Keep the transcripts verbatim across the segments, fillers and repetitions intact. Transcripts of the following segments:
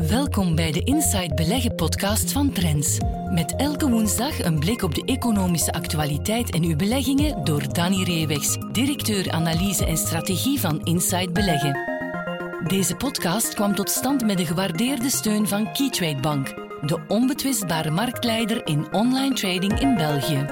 Welkom bij de Inside Beleggen podcast van Trends. Met elke woensdag een blik op de economische actualiteit en uw beleggingen door Danny Reewegs, directeur analyse en strategie van Inside Beleggen. Deze podcast kwam tot stand met de gewaardeerde steun van Keytrade Bank, de onbetwistbare marktleider in online trading in België.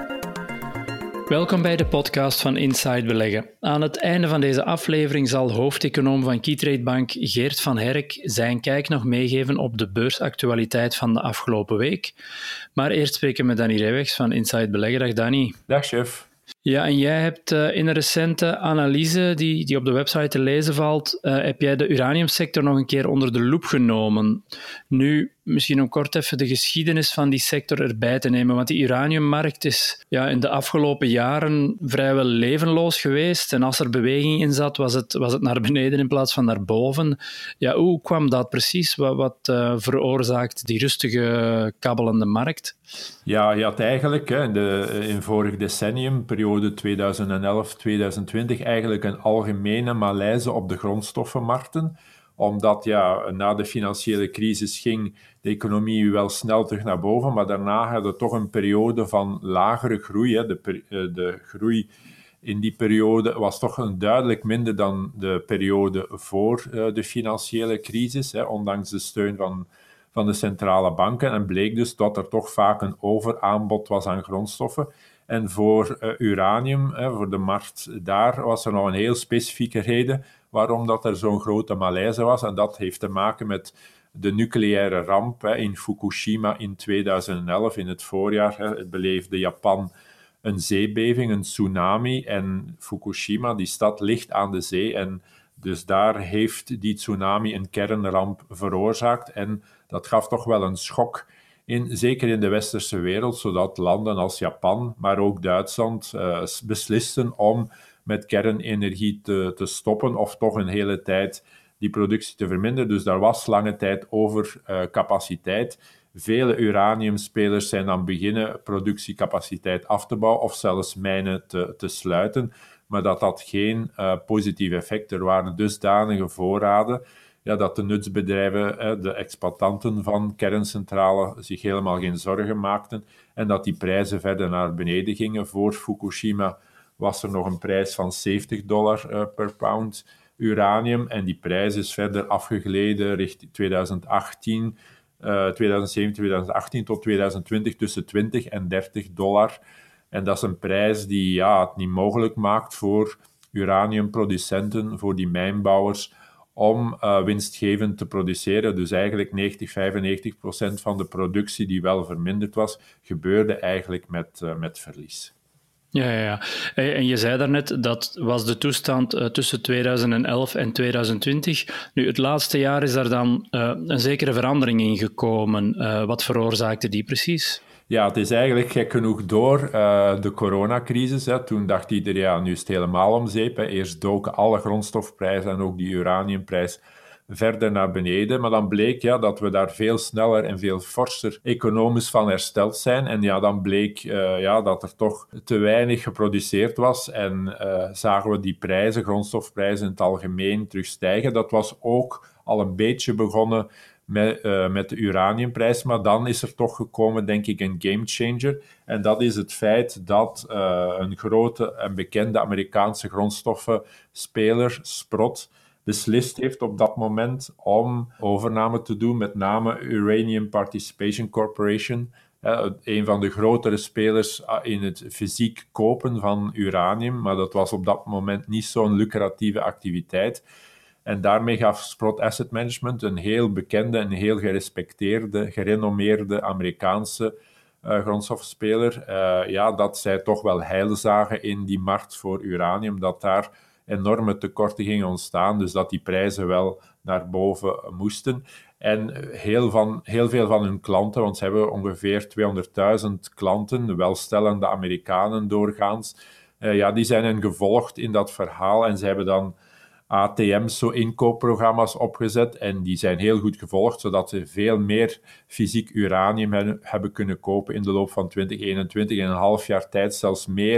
Welkom bij de podcast van Inside Beleggen. Aan het einde van deze aflevering zal hoofdeconoom van Keytrade Bank Geert van Herk zijn kijk nog meegeven op de beursactualiteit van de afgelopen week. Maar eerst spreken we met Danny Reewegs van Inside Beleggen. Dag Danny. Dag chef. Ja, en jij hebt uh, in een recente analyse die, die op de website te lezen valt, uh, heb jij de uraniumsector nog een keer onder de loep genomen. Nu, misschien om kort even de geschiedenis van die sector erbij te nemen, want die uraniummarkt is ja, in de afgelopen jaren vrijwel levenloos geweest en als er beweging in zat, was het, was het naar beneden in plaats van naar boven. Ja, hoe kwam dat precies? Wat, wat uh, veroorzaakt die rustige, kabbelende markt? Ja, je had eigenlijk hè, in, de, in vorig decennium, periode tweeduizend elf tot tweeduizend twintig, eigenlijk een algemene malaise op de grondstoffenmarkten. Omdat ja, na de financiële crisis ging de economie wel snel terug naar boven, maar daarna hadden we toch een periode van lagere groei. Hè. De, de groei in die periode was toch een duidelijk minder dan de periode voor uh, de financiële crisis, hè, ondanks de steun van van de centrale banken en bleek dus dat er toch vaak een overaanbod was aan grondstoffen. En voor uh, uranium, hè, voor de markt daar, was er nog een heel specifieke reden waarom dat er zo'n grote malaise was. En dat heeft te maken met de nucleaire ramp hè, in Fukushima in tweeduizend elf, in het voorjaar. Hè, het beleefde Japan een zeebeving, een tsunami. En Fukushima, die stad, ligt aan de zee en dus daar heeft die tsunami een kernramp veroorzaakt en dat gaf toch wel een schok, in, zeker in de westerse wereld, zodat landen als Japan, maar ook Duitsland, uh, beslisten om met kernenergie te, te stoppen of toch een hele tijd die productie te verminderen. Dus daar was lange tijd overcapaciteit. Uh, Vele uraniumspelers zijn dan beginnen productiecapaciteit af te bouwen of zelfs mijnen te, te sluiten. Maar dat had geen uh, positief effect. Er waren dusdanige voorraden ja, dat de nutsbedrijven, uh, de exploitanten van kerncentrales, zich helemaal geen zorgen maakten en dat die prijzen verder naar beneden gingen. Voor Fukushima was er nog een prijs van zeventig dollar uh, per pound uranium en die prijs is verder afgegleden richting tweeduizend achttien, uh, tweeduizend zeventien, tweeduizend achttien tot tweeduizend twintig tussen twintig en dertig dollar. En dat is een prijs die ja, het niet mogelijk maakt voor uraniumproducenten, voor die mijnbouwers, om uh, winstgevend te produceren. Dus eigenlijk negentig, vijfennegentig procent van de productie die wel verminderd was, gebeurde eigenlijk met, uh, met verlies. Ja, ja, ja. En je zei daarnet, dat was de toestand uh, tussen tweeduizend elf en tweeduizend twintig. Nu, het laatste jaar is daar dan uh, een zekere verandering in gekomen. Uh, wat veroorzaakte die precies? Ja, het is eigenlijk gek genoeg door uh, de coronacrisis. Hè. Toen dacht iedereen, ja, nu is het helemaal om zeep. Hè. Eerst doken alle grondstofprijzen en ook die uraniumprijs verder naar beneden. Maar dan bleek ja, dat we daar veel sneller en veel forser economisch van hersteld zijn. En ja, dan bleek uh, ja, dat er toch te weinig geproduceerd was. En uh, zagen we die prijzen, grondstofprijzen in het algemeen, terugstijgen. Dat was ook al een beetje begonnen Met, uh, met de uraniumprijs, maar dan is er toch gekomen, denk ik, een gamechanger. En dat is het feit dat uh, een grote en bekende Amerikaanse grondstoffenspeler, Sprott, beslist heeft op dat moment om overname te doen, met name Uranium Participation Corporation, uh, een van de grotere spelers in het fysiek kopen van uranium, maar dat was op dat moment niet zo'n lucratieve activiteit. En daarmee gaf Sprott Asset Management, een heel bekende en heel gerespecteerde, gerenommeerde Amerikaanse uh, grondstofspeler, uh, ja, dat zij toch wel heil zagen in die markt voor uranium, dat daar enorme tekorten gingen ontstaan, dus dat die prijzen wel naar boven moesten. En heel, van, heel veel van hun klanten, want ze hebben ongeveer tweehonderdduizend klanten, welstellende Amerikanen doorgaans, uh, ja, die zijn hen gevolgd in dat verhaal en ze hebben dan A T M's, zo inkoopprogramma's opgezet en die zijn heel goed gevolgd, zodat ze veel meer fysiek uranium hebben kunnen kopen in de loop van twintig eenentwintig, in een half jaar tijd zelfs meer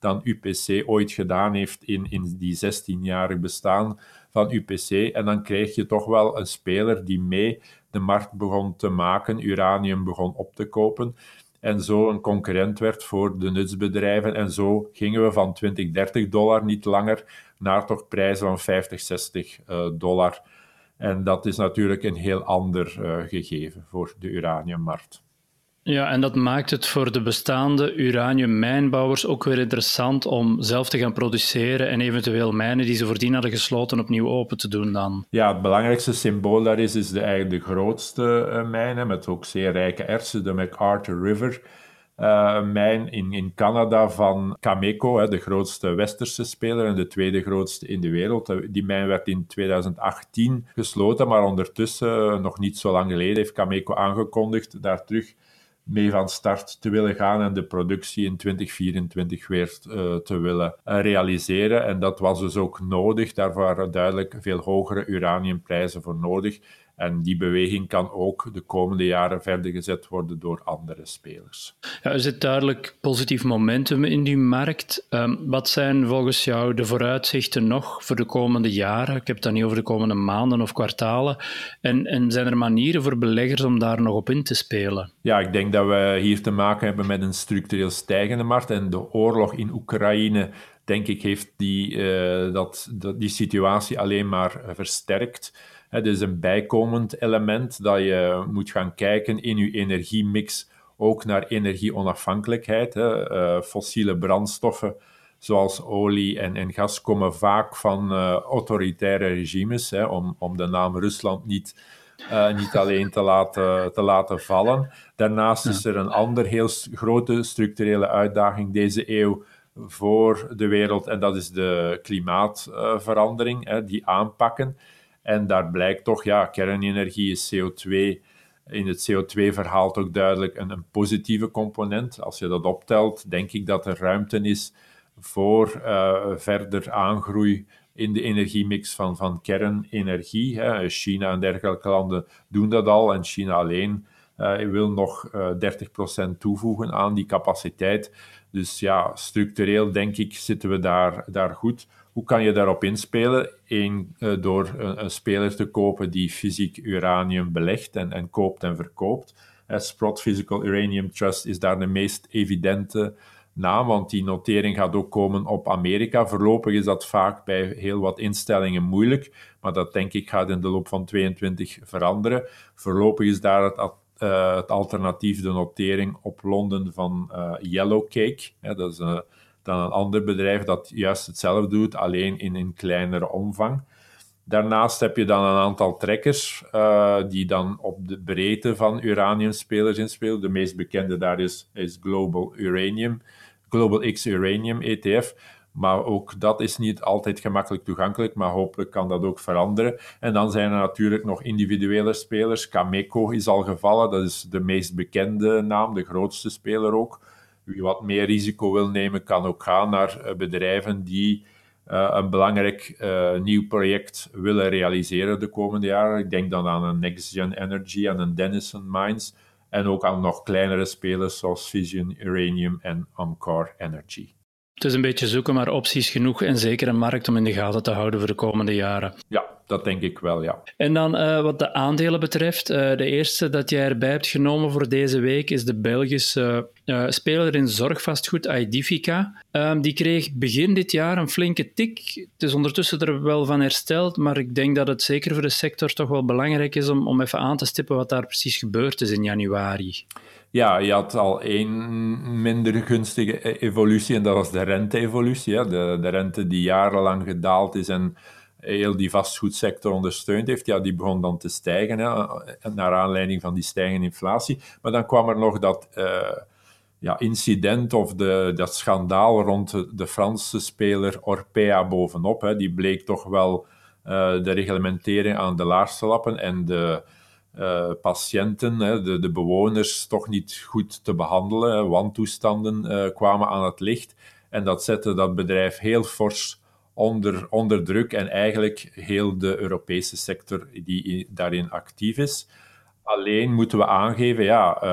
dan U P C ooit gedaan heeft in, in die zestienjarig bestaan van U P C. En dan kreeg je toch wel een speler die mee de markt begon te maken, uranium begon op te kopen en zo een concurrent werd voor de nutsbedrijven. En zo gingen we van twintig, dertig dollar niet langer naar toch prijzen van vijftig, zestig uh, dollar. En dat is natuurlijk een heel ander uh, gegeven voor de uraniummarkt. Ja, en dat maakt het voor de bestaande uraniummijnbouwers ook weer interessant om zelf te gaan produceren en eventueel mijnen die ze voordien hadden gesloten opnieuw open te doen dan. Ja, het belangrijkste symbool daar is, is de, eigenlijk de grootste uh, mijn, met ook zeer rijke ertsen, de McArthur River uh, mijn in, in Canada van Cameco, hè, de grootste westerse speler en de tweede grootste in de wereld. Die mijn werd in tweeduizend achttien gesloten, maar ondertussen, nog niet zo lang geleden, heeft Cameco aangekondigd daar terug mee van start te willen gaan en de productie in twintig vierentwintig weer uh, te willen uh, realiseren. En dat was dus ook nodig. Daar waren duidelijk veel hogere uraniumprijzen voor nodig. En die beweging kan ook de komende jaren verder gezet worden door andere spelers. Ja, er zit duidelijk positief momentum in die markt. Um, wat zijn volgens jou de vooruitzichten nog voor de komende jaren? Ik heb het dan niet over de komende maanden of kwartalen. En, en zijn er manieren voor beleggers om daar nog op in te spelen? Ja, ik denk dat we hier te maken hebben met een structureel stijgende markt. En de oorlog in Oekraïne, denk ik, heeft die, uh, dat, dat, die situatie alleen maar uh, versterkt. Het is een bijkomend element dat je moet gaan kijken in je energiemix, ook naar energieonafhankelijkheid. Hè. Uh, fossiele brandstoffen zoals olie en, en gas komen vaak van uh, autoritaire regimes, hè, om, om de naam Rusland niet, uh, niet alleen te laten, te laten vallen. Daarnaast is er een ander heel grote structurele uitdaging deze eeuw voor de wereld, en dat is de klimaatverandering, hè, die aanpakken. En daar blijkt toch, ja, kernenergie is C O twee, in het C O twee-verhaal toch duidelijk een, een positieve component. Als je dat optelt, denk ik dat er ruimte is voor uh, verder aangroei in de energiemix van, van kernenergie. Hè. China en dergelijke landen doen dat al, en China alleen uh, wil nog uh, dertig procent toevoegen aan die capaciteit. Dus ja, structureel denk ik zitten we daar, daar goed. Hoe kan je daarop inspelen? Eén, uh, door een, een speler te kopen die fysiek uranium belegt en, en koopt en verkoopt. Uh, Sprott Physical Uranium Trust is daar de meest evidente naam, want die notering gaat ook komen op Amerika. Voorlopig is dat vaak bij heel wat instellingen moeilijk, maar dat denk ik gaat in de loop van tweeëntwintig veranderen. Voorlopig is daar het, uh, het alternatief, de notering op Londen van uh, Yellowcake. Uh, dat is uh, dan een ander bedrijf dat juist hetzelfde doet, alleen in een kleinere omvang. Daarnaast heb je dan een aantal trekkers uh, die dan op de breedte van uraniumspelers inspelen. De meest bekende daar is, is Global Uranium, Global X Uranium E T F. Maar ook dat is niet altijd gemakkelijk toegankelijk, maar hopelijk kan dat ook veranderen. En dan zijn er natuurlijk nog individuele spelers. Cameco is al gevallen, dat is de meest bekende naam, de grootste speler ook. Wie wat meer risico wil nemen, kan ook gaan naar uh, bedrijven die uh, een belangrijk uh, nieuw project willen realiseren de komende jaren. Ik denk dan aan een Next Gen Energy, aan een Denison Mines en ook aan nog kleinere spelers zoals Fission Uranium en Encore Energy. Het is een beetje zoeken, maar opties genoeg en zeker een markt om in de gaten te houden voor de komende jaren. Ja, dat denk ik wel, ja. En dan uh, wat de aandelen betreft, uh, de eerste dat jij erbij hebt genomen voor deze week is de Belgische uh, speler in zorgvastgoed, Aedifica. Um, die kreeg begin dit jaar een flinke tik. Het is ondertussen er wel van hersteld, maar ik denk dat het zeker voor de sector toch wel belangrijk is om, om even aan te stippen wat daar precies gebeurd is in januari. Ja, je had al één minder gunstige evolutie en dat was de rente-evolutie. Hè. De, de rente die jarenlang gedaald is en heel die vastgoedsector ondersteund heeft, ja, die begon dan te stijgen, hè, naar aanleiding van die stijgende inflatie. Maar dan kwam er nog dat uh, ja, incident of de, dat schandaal rond de, de Franse speler Orpea bovenop. Hè. Die bleek toch wel uh, de reglementering aan de laars te lappen en de Uh, patiënten, hè, de, de bewoners, toch niet goed te behandelen. Hè. Wantoestanden uh, kwamen aan het licht en dat zette dat bedrijf heel fors onder, onder druk en eigenlijk heel de Europese sector die daarin actief is. Alleen moeten we aangeven, ja, uh,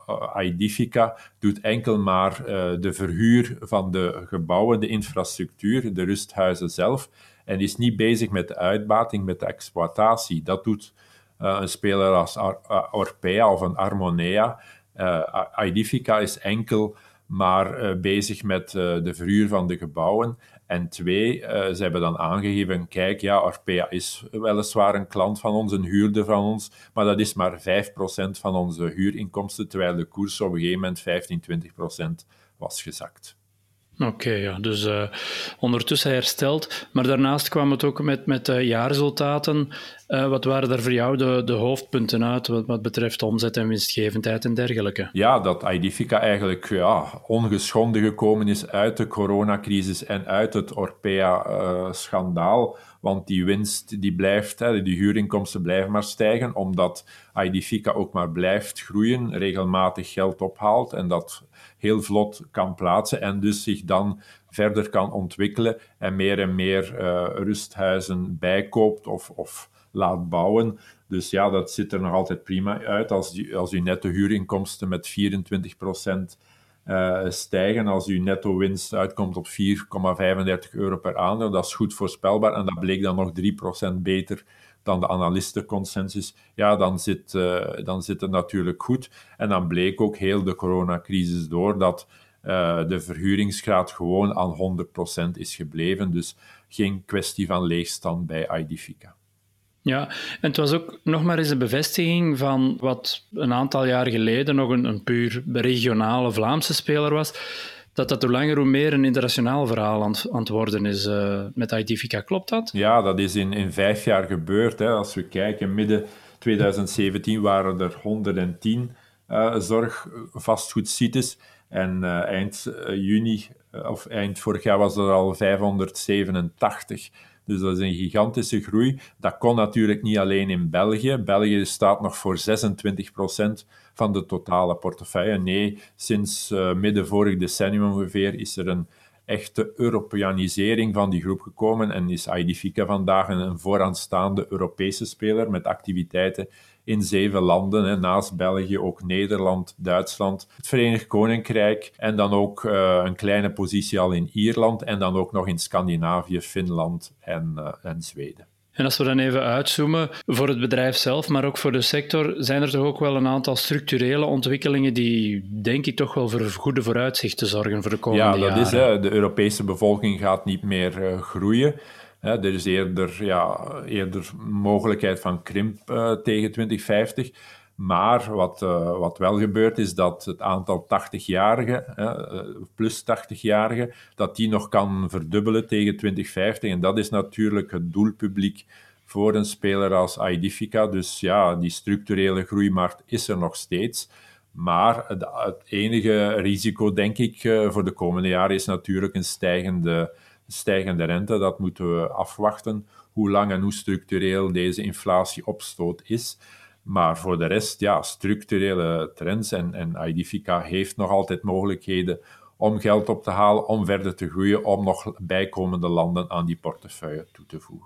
Aedifica doet enkel maar uh, de verhuur van de gebouwen, de infrastructuur, de rusthuizen zelf, en is niet bezig met de uitbating, met de exploitatie. Dat doet uh, een speler als Ar- Orpea of een Armonea. Uh, Aedifica is enkel maar uh, bezig met uh, de verhuur van de gebouwen. En twee, uh, ze hebben dan aangegeven, kijk, ja, Orpea is weliswaar een klant van ons, een huurder van ons, maar dat is maar vijf procent van onze huurinkomsten, terwijl de koers op een gegeven moment vijftien, twintig procent was gezakt. Oké, okay, ja, dus uh, ondertussen hersteld. Maar daarnaast kwam het ook met, met uh, jaarresultaten. Uh, wat waren daar voor jou de, de hoofdpunten uit wat, wat betreft omzet en winstgevendheid en dergelijke? Ja, dat Aedifica eigenlijk ja, ongeschonden gekomen is uit de coronacrisis en uit het Orpea-schandaal. Uh, want die winst die blijft, hè, die huurinkomsten blijven maar stijgen, omdat Aedifica ook maar blijft groeien, regelmatig geld ophaalt en dat heel vlot kan plaatsen en dus zich dan verder kan ontwikkelen en meer en meer uh, rusthuizen bijkoopt of, of laat bouwen. Dus ja, dat ziet er nog altijd prima uit als, die, als uw netto huurinkomsten met vierentwintig procent uh, stijgen, als uw netto winst uitkomt op vier komma vijfendertig euro per aandeel. Dat is goed voorspelbaar en dat bleek dan nog drie procent beter dan de analistenconsensus. Ja, dan zit, uh, dan zit het natuurlijk goed. En dan bleek ook heel de coronacrisis door dat uh, de verhuringsgraad gewoon aan honderd procent is gebleven. Dus geen kwestie van leegstand bij Aedifica. Ja, en het was ook nog maar eens een bevestiging van wat een aantal jaar geleden nog een, een puur regionale Vlaamse speler was, dat dat hoe langer hoe meer een internationaal verhaal aan, aan het worden is uh, met Aedifica. Klopt dat? Ja, dat is in, in vijf jaar gebeurd. Hè. Als we kijken, midden twintig zeventien waren er honderdtien uh, zorgvastgoedsites en uh, eind uh, juni, uh, of eind vorig jaar was er al vijfhonderdzevenentachtig. Dus dat is een gigantische groei. Dat kon natuurlijk niet alleen in België. België staat nog voor zesentwintig procent van de totale portefeuille. Nee, sinds uh, midden vorig decennium ongeveer is er een echte Europeanisering van die groep gekomen en is Aedifica vandaag een, een vooraanstaande Europese speler met activiteiten in zeven landen, hè, naast België ook Nederland, Duitsland, het Verenigd Koninkrijk en dan ook uh, een kleine positie al in Ierland en dan ook nog in Scandinavië, Finland en, uh, en Zweden. En als we dan even uitzoomen, voor het bedrijf zelf, maar ook voor de sector, zijn er toch ook wel een aantal structurele ontwikkelingen die, denk ik, toch wel voor goede vooruitzichten zorgen voor de komende jaren. Ja, dat jaren. is, hè, de Europese bevolking gaat niet meer uh, groeien. Er is eerder, ja, eerder mogelijkheid van krimp uh, tegen twintig vijftig. Maar wat, uh, wat wel gebeurt, is dat het aantal tachtigjarigen, uh, plus tachtigjarigen, dat die nog kan verdubbelen tegen twintig vijftig. En dat is natuurlijk het doelpubliek voor een speler als Aedifica. Dus ja, die structurele groeimarkt is er nog steeds. Maar het, het enige risico, denk ik, uh, voor de komende jaren is natuurlijk een stijgende... stijgende rente, dat moeten we afwachten, hoe lang en hoe structureel deze inflatieopstoot is. Maar voor de rest, ja, structurele trends en, en Aedifica heeft nog altijd mogelijkheden om geld op te halen, om verder te groeien, om nog bijkomende landen aan die portefeuille toe te voegen.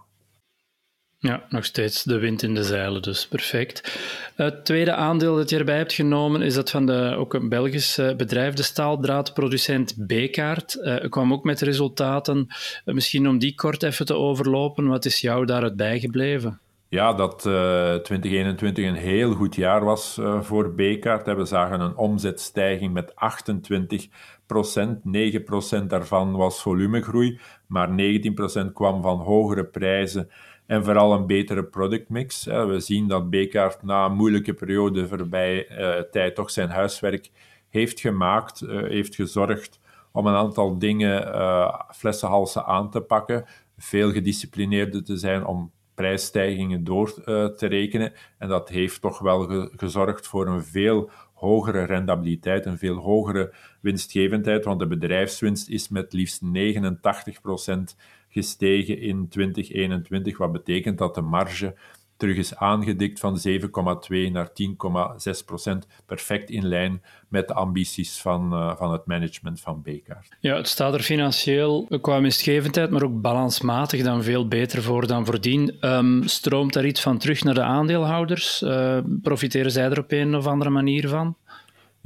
Ja, nog steeds de wind in de zeilen, dus perfect. Het tweede aandeel dat je erbij hebt genomen is dat van de, ook een Belgisch bedrijf, de staaldraadproducent Bekaert. Uh, kwam ook met resultaten. Uh, misschien om die kort even te overlopen, wat is jou daaruit bijgebleven? Ja, dat uh, twintig eenentwintig een heel goed jaar was uh, voor Bekaert. We zagen een omzetstijging met achtentwintig procent. negen procent daarvan was volumegroei, maar negentien procent kwam van hogere prijzen en vooral een betere productmix. We zien dat Bekaert na een moeilijke periode voorbij uh, tijd toch zijn huiswerk heeft gemaakt, uh, heeft gezorgd om een aantal dingen, uh, flessenhalsen aan te pakken, veel gedisciplineerder te zijn om prijsstijgingen door uh, te rekenen. En dat heeft toch wel ge- gezorgd voor een veel hogere rendabiliteit, een veel hogere winstgevendheid, want de bedrijfswinst is met liefst negenentachtig procent gestegen in twintig eenentwintig, wat betekent dat de marge terug is aangedikt van zeven komma twee naar tien komma zes procent, perfect in lijn met de ambities van, uh, van het management van Bekaert. Ja, het staat er financieel qua winstgevendheid, maar ook balansmatig dan veel beter voor dan voordien. Um, stroomt daar iets van terug naar de aandeelhouders? Uh, profiteren zij er op een of andere manier van?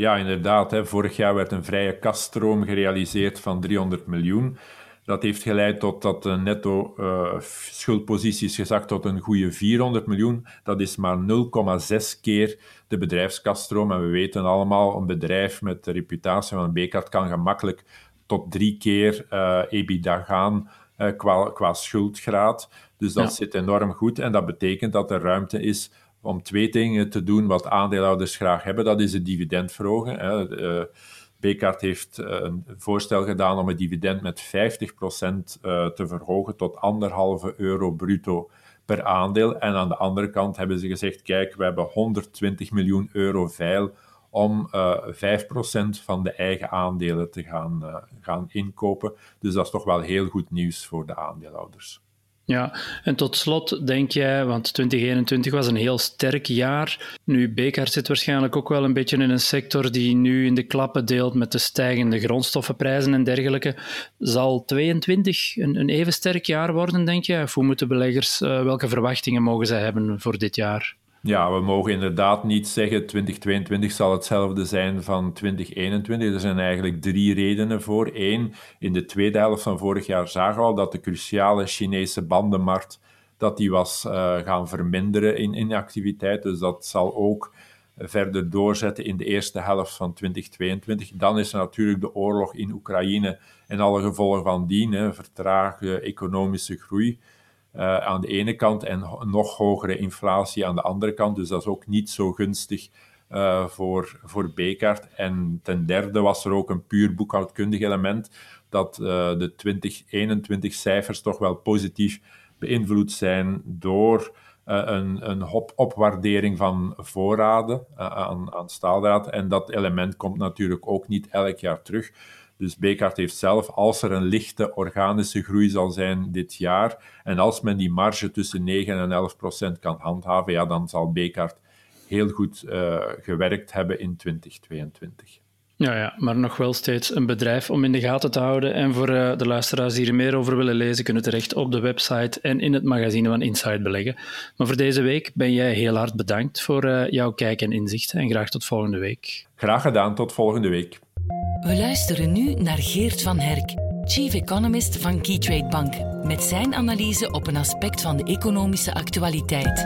Ja, inderdaad. Hè. Vorig jaar werd een vrije kasstroom gerealiseerd van driehonderd miljoen. Dat heeft geleid tot dat de netto uh, schuldpositie is gezakt tot een goede vierhonderd miljoen. Dat is maar nul komma zes keer de bedrijfskasstroom. En we weten allemaal, een bedrijf met de reputatie van een Bekaert kan gemakkelijk tot drie keer uh, EBITDA gaan uh, qua, qua schuldgraad. Dus dat ja. zit enorm goed. En dat betekent dat er ruimte is om twee dingen te doen wat aandeelhouders graag hebben. Dat is het dividend verhogen. Hè. Uh, Bekaert heeft uh, een voorstel gedaan om het dividend met vijftig procent uh, te verhogen tot anderhalve euro bruto per aandeel. En aan de andere kant hebben ze gezegd, kijk, we hebben honderdtwintig miljoen euro veil om uh, vijf procent van de eigen aandelen te gaan, uh, gaan inkopen. Dus dat is toch wel heel goed nieuws voor de aandeelhouders. Ja, en tot slot denk jij, want twintig eenentwintig was een heel sterk jaar. Nu, Bekaert zit waarschijnlijk ook wel een beetje in een sector die nu in de klappen deelt met de stijgende grondstoffenprijzen en dergelijke. Zal tweeëntwintig een, een even sterk jaar worden, denk je? Of hoe moeten beleggers, uh, welke verwachtingen mogen zij hebben voor dit jaar? Ja, we mogen inderdaad niet zeggen twintig tweeëntwintig zal hetzelfde zijn van twintig eenentwintig. Er zijn eigenlijk drie redenen voor. Eén, in de tweede helft van vorig jaar zagen we al dat de cruciale Chinese bandenmarkt dat die was uh, gaan verminderen in inactiviteit. Dus dat zal ook verder doorzetten in de eerste helft van twintig tweeëntwintig. Dan is er natuurlijk de oorlog in Oekraïne en alle gevolgen van die, hè, vertraagde economische groei. Uh, aan de ene kant en nog hogere inflatie aan de andere kant. Dus dat is ook niet zo gunstig uh, voor, voor Bekaert. En ten derde was er ook een puur boekhoudkundig element dat uh, de twintig eenentwintig cijfers toch wel positief beïnvloed zijn door uh, een, een op- opwaardering van voorraden uh, aan, aan staaldraad. En dat element komt natuurlijk ook niet elk jaar terug. Dus Bekaert heeft zelf, als er een lichte organische groei zal zijn dit jaar, en als men die marge tussen negen en elf procent kan handhaven, ja, dan zal Bekaert heel goed uh, gewerkt hebben in twintig tweeëntwintig. Ja, ja, maar nog wel steeds een bedrijf om in de gaten te houden. En voor uh, de luisteraars die er meer over willen lezen, kunnen terecht op de website en in het magazine van Inside Beleggen. Maar voor deze week ben jij heel hard bedankt voor uh, jouw kijk en inzicht. En graag tot volgende week. Graag gedaan, tot volgende week. We luisteren nu naar Geert van Herk, Chief Economist van Keytrade Bank, met zijn analyse op een aspect van de economische actualiteit.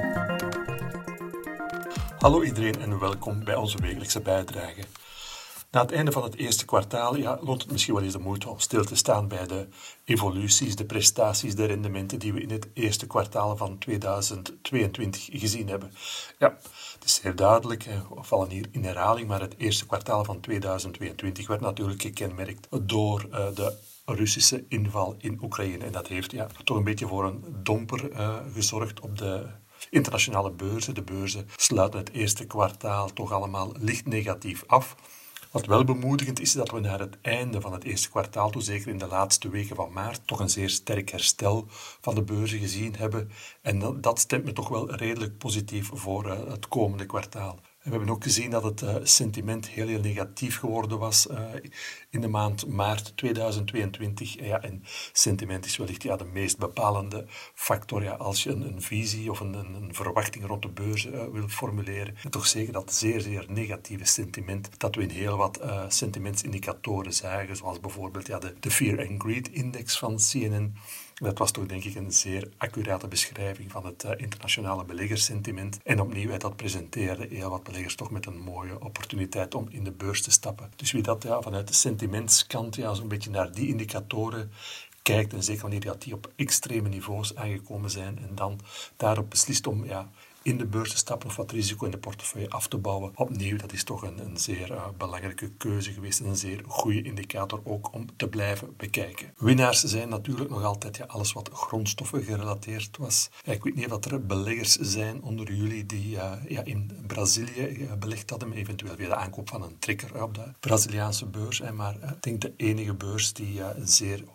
Hallo iedereen en welkom bij onze wekelijkse bijdrage. Na het einde van het eerste kwartaal ja, loont het misschien wel eens de moeite om stil te staan bij de evoluties, de prestaties, de rendementen die we in het eerste kwartaal van tweeduizend tweeëntwintig gezien hebben. Ja, het is zeer duidelijk, we vallen hier in herhaling, maar het eerste kwartaal van tweeduizend tweeëntwintig werd natuurlijk gekenmerkt door uh, de Russische inval in Oekraïne. En dat heeft ja, toch een beetje voor een domper uh, gezorgd op de internationale beurzen. De beurzen sluiten het eerste kwartaal toch allemaal licht negatief af. Wat wel bemoedigend is, dat we naar het einde van het eerste kwartaal, toe zeker in de laatste weken van maart, toch een zeer sterk herstel van de beurzen gezien hebben. En dat stemt me toch wel redelijk positief voor uh, het komende kwartaal. We hebben ook gezien dat het uh, sentiment heel, heel negatief geworden was uh, in de maand maart tweeduizend tweeëntwintig. Ja, en sentiment is wellicht ja, de meest bepalende factor ja, als je een, een visie of een, een, een verwachting rond de beurzen uh, wil formuleren. En toch zeker dat zeer, zeer negatieve sentiment dat we in heel wat uh, sentimentsindicatoren zagen, zoals bijvoorbeeld ja, de, de Fear and Greed Index van C N N. Dat was toch denk ik een zeer accurate beschrijving van het uh, internationale beleggerssentiment. En opnieuw, dat presenteerde heel wat beleggers toch met een mooie opportuniteit om in de beurs te stappen. Dus wie dat ja, vanuit de sentimentskant ja, zo'n beetje naar die indicatoren kijkt, en zeker wanneer ja, die op extreme niveaus aangekomen zijn, en dan daarop beslist om ja, in de beurs te stappen of wat risico in de portefeuille af te bouwen. Opnieuw, dat is toch een, een zeer uh, belangrijke keuze geweest en een zeer goede indicator ook om te blijven bekijken. Winnaars zijn natuurlijk nog altijd ja, alles wat grondstoffen gerelateerd was. Ja, ik weet niet of er beleggers zijn onder jullie die uh, ja, in Brazilië uh, belegd hadden, eventueel via de aankoop van een trekker op de Braziliaanse beurs. Hè, maar uh, ik denk de enige beurs die uh, een zeer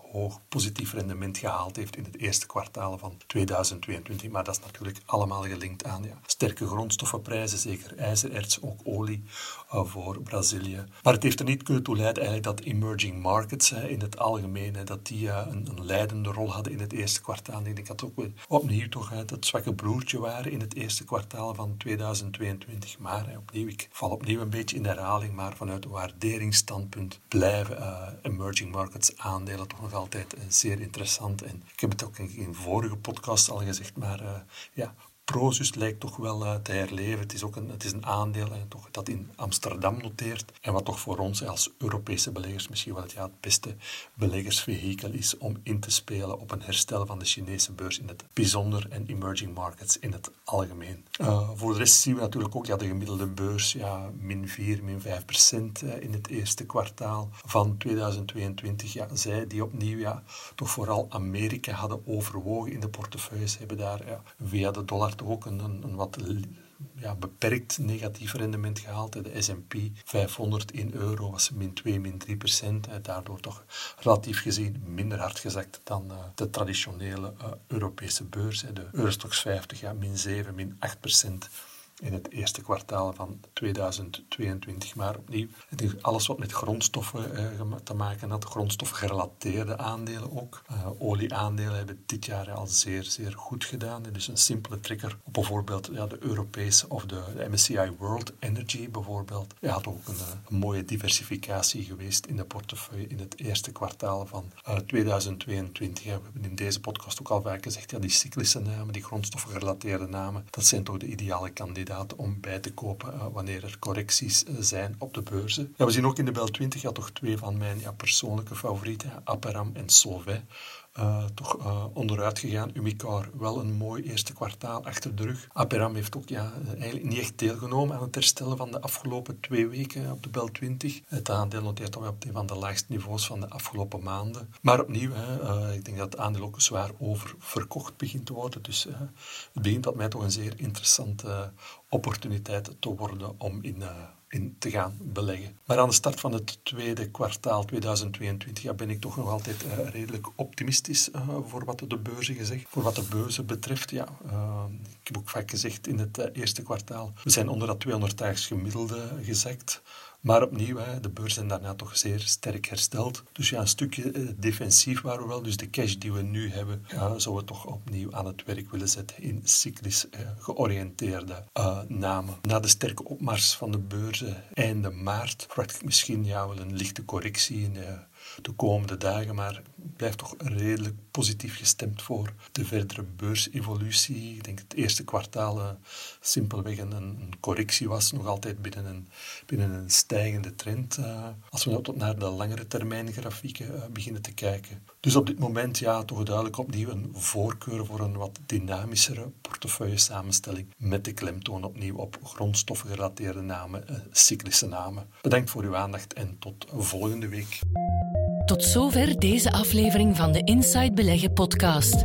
hoog positief rendement gehaald heeft in het eerste kwartaal van tweeduizend tweeëntwintig. Maar dat is natuurlijk allemaal gelinkt aan ja, sterke grondstoffenprijzen, zeker ijzererts, ook olie uh, voor Brazilië. Maar het heeft er niet kunnen toe leiden eigenlijk dat emerging markets uh, in het algemeen, uh, dat die uh, een, een leidende rol hadden in het eerste kwartaal. Ik denk dat ook weer opnieuw toch uh, het zwakke broertje waren in het eerste kwartaal van tweeduizend tweeëntwintig. Maar uh, opnieuw, ik val opnieuw een beetje in herhaling, maar vanuit een waarderingsstandpunt blijven uh, emerging markets aandelen toch nog altijd uh, zeer interessant. En ik heb het ook in, in vorige podcast al gezegd, maar uh, ja, Prosus lijkt toch wel uh, te herleven. Het is ook een, het is een aandeel uh, toch, dat in Amsterdam noteert en wat toch voor ons als Europese beleggers misschien wel ja, het beste beleggersvehikel is om in te spelen op een herstel van de Chinese beurs in het bijzonder en emerging markets in het algemeen. Uh, voor de rest zien we natuurlijk ook ja, de gemiddelde beurs ja, min vier, min vijf procent uh, in het eerste kwartaal van tweeduizend tweeëntwintig. Ja, zij die opnieuw ja, toch vooral Amerika hadden overwogen in de portefeuilles, hebben daar ja, via de dollar toch ook een, een, een wat ja, beperkt negatief rendement gehaald. De S en P vijfhonderd in euro was min twee, min drie procent. Daardoor toch relatief gezien minder hard gezakt dan uh, de traditionele uh, Europese beurs. De Eurostoxx vijftig, ja, min zeven, min acht procent. In het eerste kwartaal van tweeduizend tweeëntwintig. Maar opnieuw, alles wat met grondstoffen uh, te maken had, grondstoffengerelateerde aandelen ook. Uh, olieaandelen hebben dit jaar al zeer, zeer goed gedaan. Dus een simpele trigger op bijvoorbeeld ja, de Europese of de, de M S C I World Energy bijvoorbeeld. Ja, had ook een, een mooie diversificatie geweest in de portefeuille in het eerste kwartaal van uh, tweeduizend tweeëntwintig. Ja, we hebben in deze podcast ook al vaak gezegd, ja, die cyclische namen, die grondstoffengerelateerde namen, dat zijn toch de ideale kandidaten om bij te kopen uh, wanneer er correcties uh, zijn op de beurzen. Ja, we zien ook in de Bel twintig ja, toch twee van mijn ja, persoonlijke favorieten, ja, Aperam en Solvay, uh, toch uh, onderuit gegaan. Umicore wel een mooi eerste kwartaal achter de rug. Aperam heeft ook ja, eigenlijk niet echt deelgenomen aan het herstellen van de afgelopen twee weken op de Bel twintig. Het aandeel noteert toch op een van de laagste niveaus van de afgelopen maanden. Maar opnieuw, hè, uh, ik denk dat het aandeel ook zwaar oververkocht begint te worden. Dus uh, het begint wat mij toch een zeer interessante uh, opportuniteit te worden om in, uh, in te gaan beleggen. Maar aan de start van het tweede kwartaal tweeduizend tweeëntwintig ja, ben ik toch nog altijd uh, redelijk optimistisch uh, voor wat de beurzen gezegd. Voor wat de beurzen betreft, ja, uh, ik heb ook vaak gezegd in het uh, eerste kwartaal, we zijn onder dat tweehonderd-daags gemiddelde gezakt. Maar opnieuw, hè, de beurzen zijn daarna toch zeer sterk hersteld. Dus ja, een stukje eh, defensief waren we wel. Dus de cash die we nu hebben, ja, zouden we toch opnieuw aan het werk willen zetten in cyclisch eh, georiënteerde uh, namen. Na de sterke opmars van de beurzen einde maart verwacht ik misschien ja, wel een lichte correctie in uh, de komende dagen. Maar ik blijf toch redelijk positief gestemd voor de verdere beursevolutie. Ik denk het eerste kwartaal uh, simpelweg een, een correctie was. Nog altijd binnen een, binnen een stijgende trend. Uh, als we nou tot naar de langere termijn grafieken uh, beginnen te kijken. Dus op dit moment ja, toch duidelijk opnieuw een voorkeur voor een wat dynamischere portefeuille samenstelling. Met de klemtoon opnieuw op grondstoffengerelateerde namen, uh, cyclische namen. Bedankt voor uw aandacht en tot volgende week. Tot zover deze aflevering van de Inside Beleggen podcast.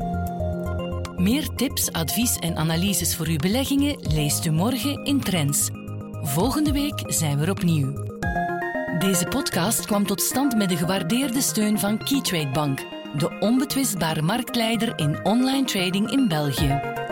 Meer tips, advies en analyses voor uw beleggingen leest u morgen in Trends. Volgende week zijn we er opnieuw. Deze podcast kwam tot stand met de gewaardeerde steun van Keytrade Bank, de onbetwistbare marktleider in online trading in België.